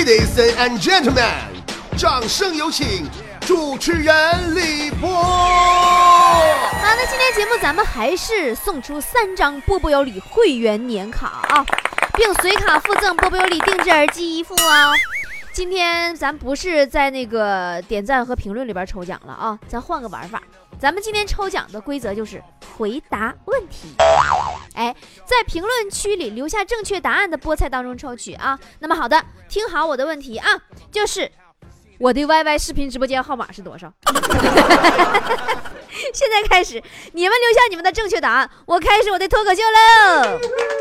Ladies and gentlemen， 掌声有请主持人李波。 好，那今天节目咱们还是送出3张波波有理会员年卡啊，并随卡附赠波波有理定制耳机一副啊。今天咱不是在那个点赞和评论里边抽奖了啊，咱换个玩法。咱们今天抽奖的规则就是回答问题，在评论区里留下正确答案的菠菜当中抽取啊。那么好的，听好我的问题啊，就是我的 YY 视频直播间号码是多少？现在开始，你们留下你们的正确答案，我开始我的脱口秀喽。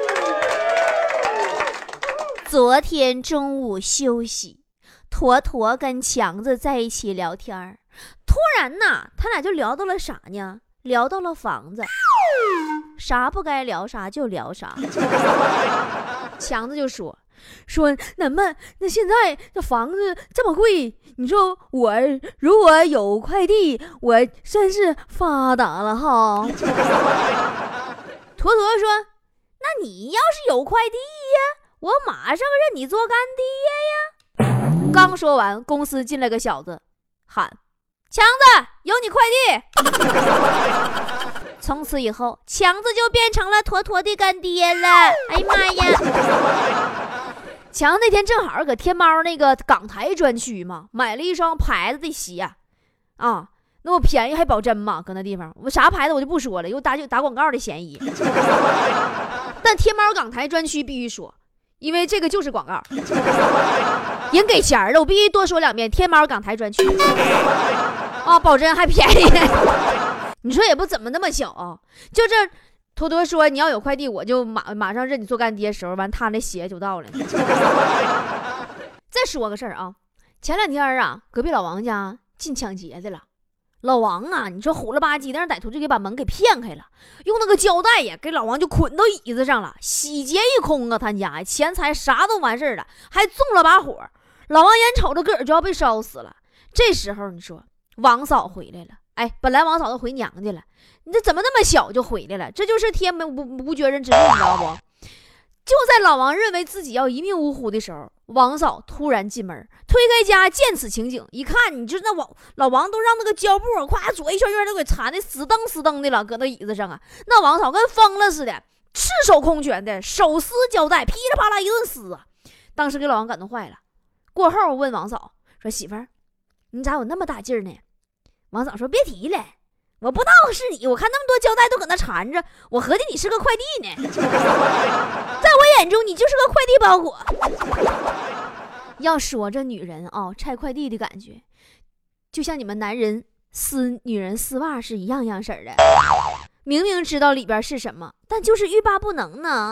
昨天中午休息，坨坨跟强子在一起聊天，突然呐，他俩就聊到了啥呢？聊到了房子，啥不该聊啥就聊啥。强子就说那现在这房子这么贵，你说我如果有快递，我真是发达了哈。坨坨说，那你要是有快递呀，我马上让你做干爹呀。刚说完，公司进来个小子喊，强子有你快递。从此以后，强子就变成了坨坨的干爹了。哎呀妈呀！强那天正好搁天猫那个港台专区嘛，买了一双牌子的鞋啊，那么便宜还保真嘛，搁那地方我啥牌子我就不说了，有打广告的嫌疑。但天猫港台专区必须说，因为这个就是广告，人给钱了，我必须多说2遍。天猫港台专区啊，保真还便宜。你说也不怎么那么小啊，就这坨坨说你要有快递，我就马上认你做干爹的时候，完他那鞋就到了。再说个事儿啊，前2天啊，隔壁老王家进抢劫的了。老王啊，你说虎了吧唧的，让歹徒就给把门给骗开了，用那个胶带呀给老王就捆到椅子上了，洗劫一空啊，他家钱财啥都完事了，还纵了把火。老王眼瞅着个儿就要被烧死了。这时候你说王嫂回来了，本来王嫂都回娘家了，你这怎么那么小就回来了？这就是天无绝人之路，你知道不？就在老王认为自己要一命呜呼的时候，王嫂突然进门，推开家，见此情景，一看，你就那老王都让那个胶布夸左一圈右都给缠的死蹬的了，搁那椅子上啊，那王嫂跟疯了似的，赤手空拳的手撕胶带，噼里啪啦一顿撕啊！当时给老王感动坏了。过后问王嫂说：“媳妇儿，你咋有那么大劲儿呢？”王嫂说：“别提了，我不知道是你，我看那么多胶带都搁那缠着，我合计你是个快递呢。在我眼中，你就是个快递包裹。”要说这女人啊，拆快递的感觉，就像你们男人撕女人丝袜是一样式的。明明知道里边是什么，但就是欲罢不能呢。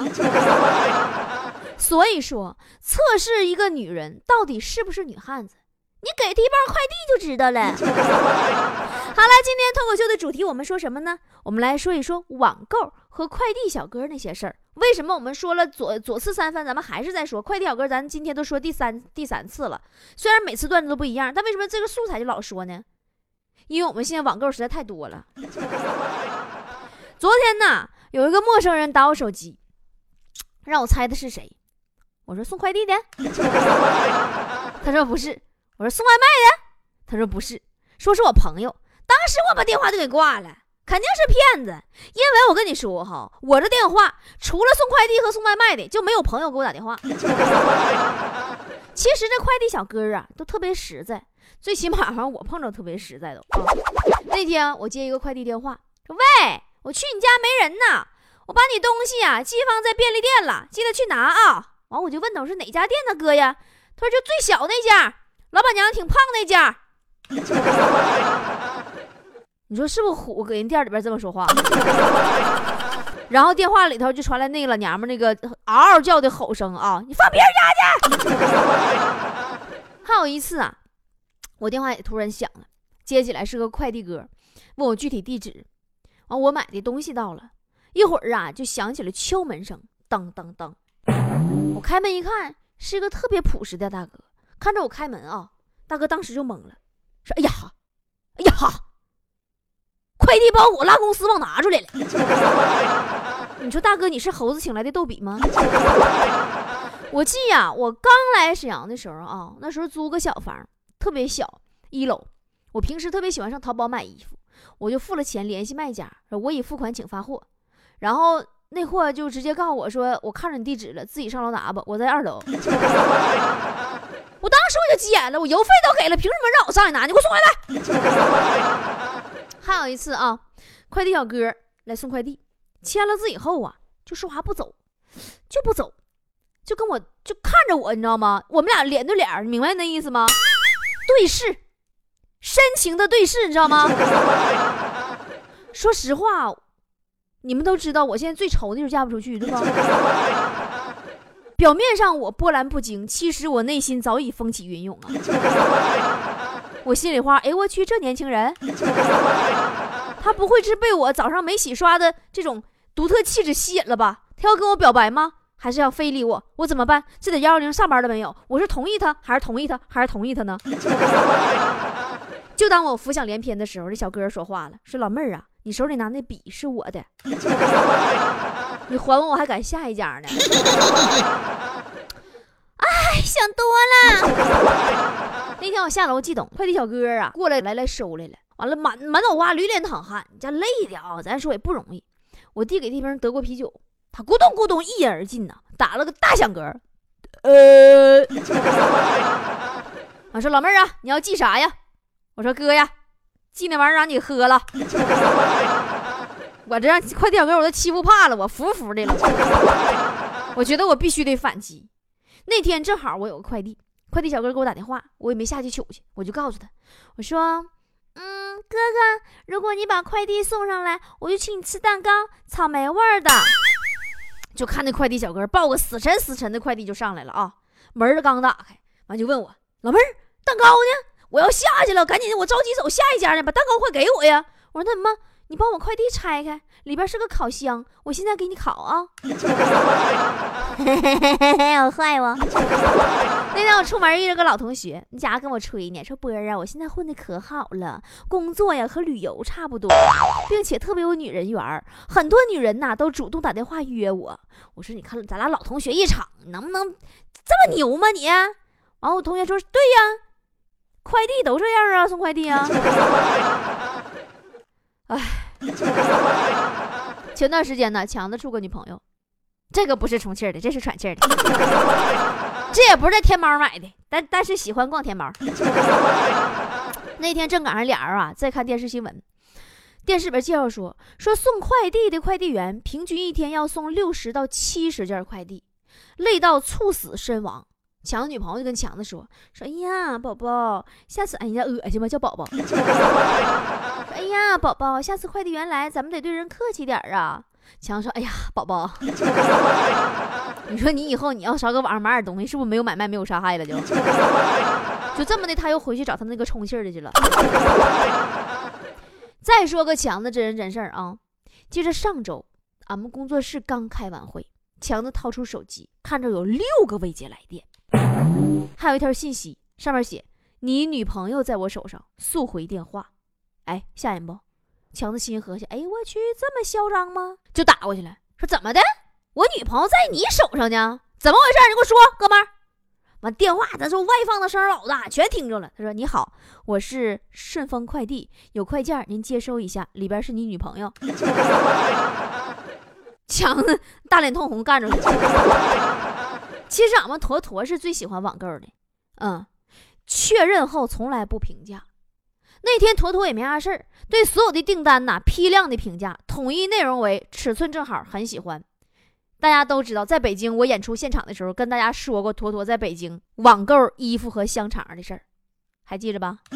所以说，测试一个女人到底是不是女汉子，你给她一包快递就知道了。好了，今天脱口秀的主题我们说什么呢？我们来说一说网购和快递小哥那些事儿。为什么我们说了左次三番，咱们还是在说快递小哥？咱今天都说第三次了，虽然每次段子都不一样，但为什么这个素材就老说呢？因为我们现在网购实在太多了。昨天呢，有一个陌生人打我手机，让我猜的是谁。我说送快递的，他说不是。我说送外卖的，他说不是，说是我朋友。当时我把电话就给挂了，肯定是骗子。因为我跟你说哈，我这电话除了送快递和送外卖的，就没有朋友给我打电话。其实这快递小哥啊，都特别实在，最起码我碰着特别实在的啊。那天我接一个快递电话，说喂，我去你家没人呢，我把你东西啊寄放在便利店了，记得去拿啊。完我就问他，我说哪家店呢哥呀？他说就最小那家，老板娘挺胖那家。你说是不是虎搁人店里边这么说话？然后电话里头就传来那个老娘们那个嗷嗷叫的吼声啊，你放别人家去。还有一次啊，我电话也突然响了，接起来是个快递哥，问我具体地址。完我买的东西到了，一会儿啊就响起了敲门声，噔噔噔。我开门一看，是一个特别朴实的大哥，看着我开门啊，大哥当时就懵了，说哎呀快递包裹拉公司忘拿出来了。你说大哥，你是猴子请来的逗比吗？ 我记呀，我刚来沈阳的时候啊，那时候租个小房，特别小，1楼。我平时特别喜欢上淘宝买衣服，我就付了钱联系卖家，我已付款请发货。然后那货就直接告诉我说，我看着你地址了，自己上楼拿吧，我在2楼。我当时我就急眼了，我邮费都给了，凭什么让我上去拿？你给我送回来！还有一次啊，快递小哥来送快递，签了字以后啊，就说话不走，就不走，就跟我就看着我，你知道吗？我们俩脸对脸，你明白那意思吗？对视，深情的对视，你知道吗？说实话，你们都知道，我现在最愁的就是嫁不出去，对吧？表面上我波澜不惊，其实我内心早已风起云涌啊！我心里话，哎，我去，这年轻人，他不会是被我早上没洗刷的这种独特气质吸引了吧？他要跟我表白吗？还是要非礼我？我怎么办？这得110上班了没有？我是同意他，还是同意他，还是同意他呢？就当我浮想联翩的时候，这小哥说话了，说老妹儿啊，你手里拿那笔是我的，你还我还敢下一家呢。哎，想多了。那天我下楼系统，快递小哥啊过来收来了，完了满脑瓜驴脸淌汗，这累的啊，咱说也不容易。我递给他一瓶德国啤酒，他咕咚咕咚一饮而尽呐，打了个大响嗝。我说老妹儿啊，你要记啥呀？我说哥呀，记那玩意儿让你喝了。我这让快递小哥我都欺负怕了，我服的了。我觉得我必须得反击。那天正好我有个快递小哥给我打电话，我也没下去取去，我就告诉他，我说哥哥，如果你把快递送上来，我就请你吃蛋糕，草莓味的。就看那快递小哥抱个死沉的快递就上来了啊，门刚打开，完就问我，老妹儿，蛋糕呢？我要下去了，赶紧，我着急走下一家呢，把蛋糕快给我呀！我说那什么，你帮我快递拆开，里边是个烤箱，我现在给你烤啊。好坏我。那天我出门遇着个老同学，你家跟我吹呢，说波儿啊，我现在混得可好了，工作呀和旅游差不多，并且特别有女人缘，很多女人呐都主动打电话约我。我说你看咱俩老同学一场，能不能这么牛吗你？然后我同学说对呀。快递都这样啊，送快递啊。哎，前段时间呢，强子处个女朋友，这个不是充气的，这是喘气的。这也不是在天猫买的，但是喜欢逛天猫。那天正赶上俩人啊在看电视新闻，电视里边介绍说送快递的快递员平均一天要送60到70件快递，累到猝死身亡。强子女朋友就跟强子说哎呀宝宝，下次哎呀恶心吗？叫宝宝。哎呀宝宝，下次快递员来咱们得对人客气点啊。强子说哎呀宝宝，你说你以后你要少搁网上买点东西，是不是没有买卖没有杀害了？就这么的，他又回去找他那个充气的去了。再说个强子真人真事儿啊，接着上周俺们工作室刚开完会，强子掏出手机，看着有6个未接来电，还有一条信息，上面写你女朋友在我手上，速回电话。哎，吓人不？强子心合计，哎我去，这么嚣张吗？就打过去了，说怎么的？我女朋友在你手上呢？怎么回事？你给我说，哥们儿。完电话咱说外放的声老大，全听着了。他说你好，我是顺丰快递，有快件您接收一下，里边是你女朋友。强子大脸通红干着。其实俺们坨坨是最喜欢网购的，确认后从来不评价。那天坨坨也没啥事儿，对所有的订单呐批量的评价，统一内容为尺寸正好，很喜欢。大家都知道，在北京我演出现场的时候跟大家说过坨坨在北京网购衣服和香肠的事儿，还记着吧？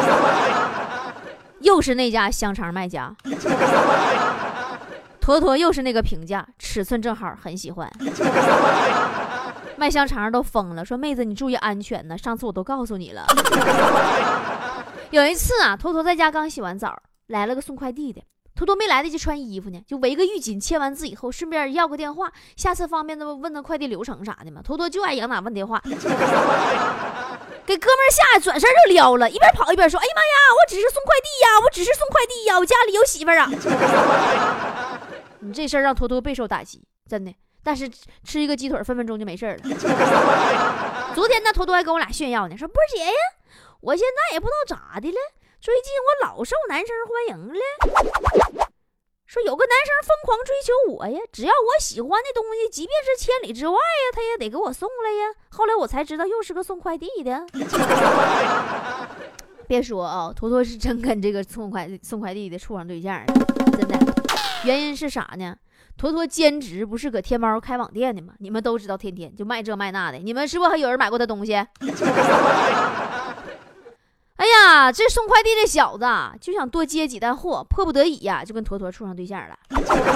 又是那家香肠卖家，坨坨又是那个评价，尺寸正好，很喜欢。卖香肠都疯了，说妹子你注意安全呢，上次我都告诉你了。有一次啊，坨坨在家刚洗完澡，来了个送快递的，坨坨没来得及穿衣服呢，就围个浴巾，签完字以后顺便要个电话，下次方便的问他快递流程啥的嘛。坨坨就爱杨哪问电话，给哥们儿下转身就撩了，一边跑一边说，哎呀妈呀，我只是送快递呀，我只是送快递呀，我家里有媳妇儿啊。你这事儿让坨坨备受打击，真的， 但是吃一个鸡腿分分钟就没事了。昨天呢，坨坨还跟我俩炫耀呢，说波姐呀，我现在也不知道咋的了，最近我老受男生欢迎了。说有个男生疯狂追求我呀，只要我喜欢的东西，即便是千里之外呀，他也得给我送来呀。后来我才知道，又是个送快递的。别说啊，坨坨是真跟这个送快递的处上对象，真的。原因是啥呢？坨坨兼职不是搁天猫开网店的吗？你们都知道，天天就卖这卖那的。你们是不是还有人买过他东西？哎呀，这送快递的小子就想多接几单货，迫不得已呀，就跟坨坨处上对象了。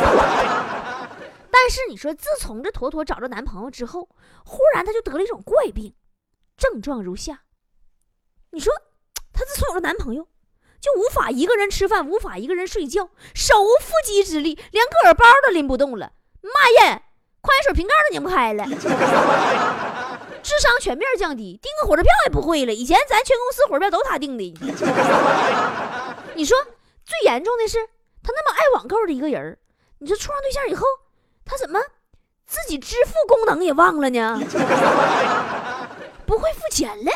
但是你说，自从这坨坨找着男朋友之后，忽然他就得了一种怪病，症状如下。你说他自从有了男朋友，就无法一个人吃饭，无法一个人睡觉，手无缚鸡之力，连个耳包都拎不动了。妈呀，矿泉水瓶盖都拧不开了。智商全面降低，订个火车票也不会了。以前咱全公司火车票都他订的。你说最严重的是，他那么爱网购的一个人，你说处上对象以后，他怎么自己支付功能也忘了呢？不会付钱了。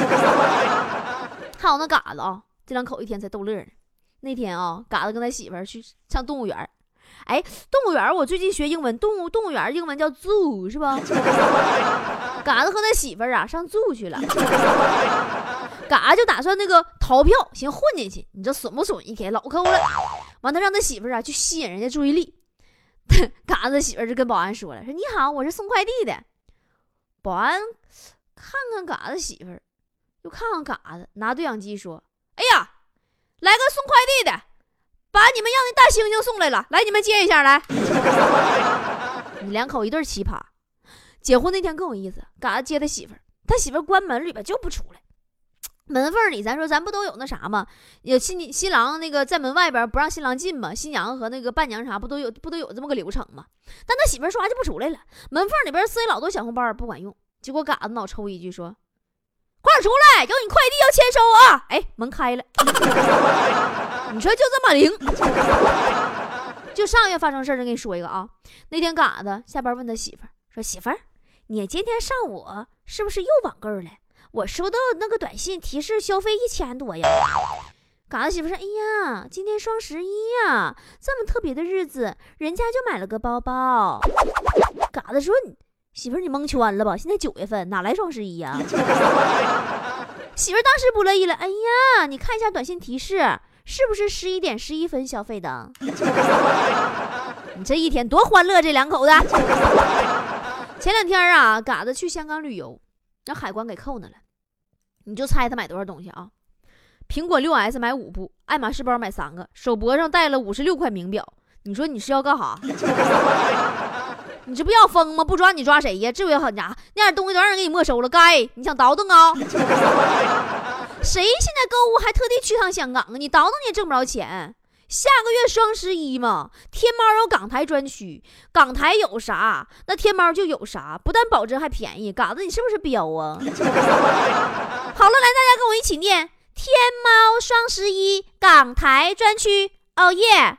还有那嘎子啊，这两口一天才逗乐呢。那天啊，嘎子跟他媳妇儿去上动物园。哎，动物园我最近学英文，动物园英文叫 zoo 是吧？嘎子和他媳妇儿上 zoo 去了。嘎子就打算那个逃票，先混进去。你这损不损？一天老抠了。完他让他媳妇儿去吸引人家注意力。嘎子媳妇儿就跟保安说了，说你好，我是送快递的。保安看看嘎子媳妇儿，又看看嘎子，拿对讲机说，哎呀，来个送快递的，把你们要那大猩猩送来了，来你们接一下来。你两口一对奇葩。结婚那天更有意思，嘎子接他媳妇儿，他媳妇儿关门里边就不出来。门缝里咱说咱不都有那啥吗？有新郎那个在门外边不让新郎进吗？新娘和那个伴娘啥不都有这么个流程吗？但他媳妇儿说话就不出来了，门缝里边塞老多小红包不管用。结果嘎子脑抽一句说，快点出来，有你快递要签收啊！哎，门开了。你说就这么灵。就上月发生事儿，跟你说一个啊。那天嘎子下班问他媳妇儿说，媳妇儿，你今天上午是不是又网购了？我收到那个短信提示消费1000多呀。嘎子媳妇说，哎呀，今天双11呀，这么特别的日子，人家就买了个包包。嘎子说，媳妇儿你蒙圈了吧？现在9月份哪来双11呀？媳妇儿当时不乐意了，哎呀，你看一下短信提示，是不是11点11分消费的？你这一天多欢乐，这两口子。前2天嘎子去香港旅游，让海关给扣那了。你就猜他买多少东西啊？苹果6S 买5部，爱马仕包买3个，手脖上戴了56块名表。你说你是要干啥？你这不要疯吗？不抓你抓谁呀？这回好家伙，那点东西都让人给你没收了，该你想倒腾啊？谁现在购物还特地去趟香港啊？你倒腾你也挣不着钱。下个月双11嘛，天猫有港台专区，港台有啥，那天猫就有啥，不但保证还便宜。嘎子，你是不是彪啊？好了，来，大家跟我一起念：天猫双11，港台专区，哦耶！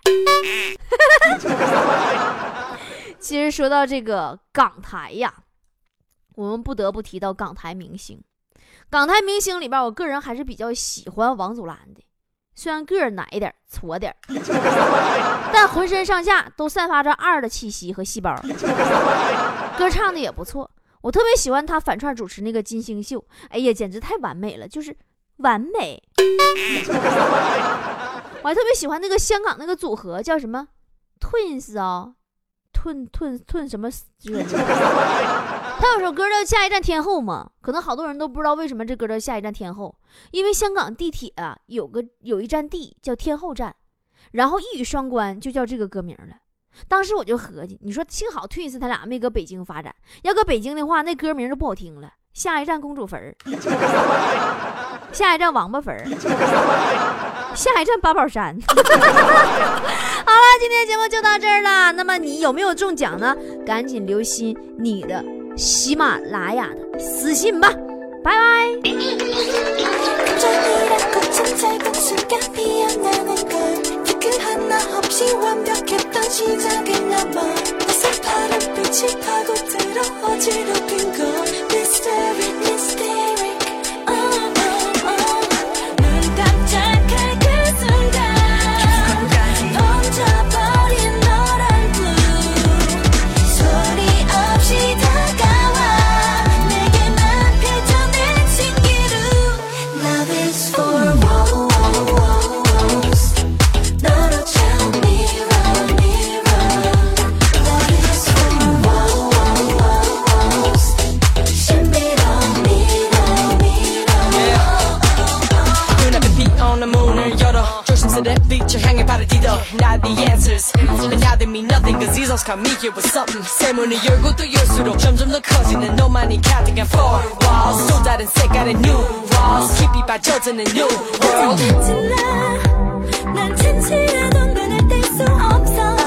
其实说到这个港台呀，我们不得不提到港台明星。港台明星里边，我个人还是比较喜欢王祖蓝的。虽然个儿奶一点矬点，但浑身上下都散发着2的气息和细胞，歌唱的也不错。我特别喜欢他反串主持那个金星秀，哎呀，简直太完美了，就是完美。我还特别喜欢那个香港那个组合叫什么 Twins 啊，Twin 什么之类的。他有首歌叫《下一站天后》嘛，可能好多人都不知道为什么这歌叫《下一站天后》，因为香港地铁有一站地叫天后站，然后一语双关就叫这个歌名了。当时我就合计，你说幸好 Twins 他俩没搁北京发展，要搁北京的话，那歌名就不好听了。下一站公主坟，下一站王八坟，下一站八宝山。好了，今天节目就到这儿了。那么你有没有中奖呢？赶紧留心你的喜马拉雅的私信吧，拜拜。 하루빛이 파고들어 어지럽힌 건 Mysterious, mysterious 눈 깜짝할 그 순간 번져버린 너란 blue 소리 없이 다가와 내게만 펼쳐낸 신기루 Love is for woes 너로 tell me wrong, me wrong Love is for woes 신비로운 눈앞에 빛 on the moon을 열어 조심스레 빛을 향해 발을 디뎌 Not the answers And now they mean nothing Cause these songs come me here with something 새 문을 열고 또 열수록 점점 더 커지는 너만이 가득한 four walls 또 다른 색깔의 new walls 깊이 빠져드는 new world 난 진실해도 눈을 뗄 수 없어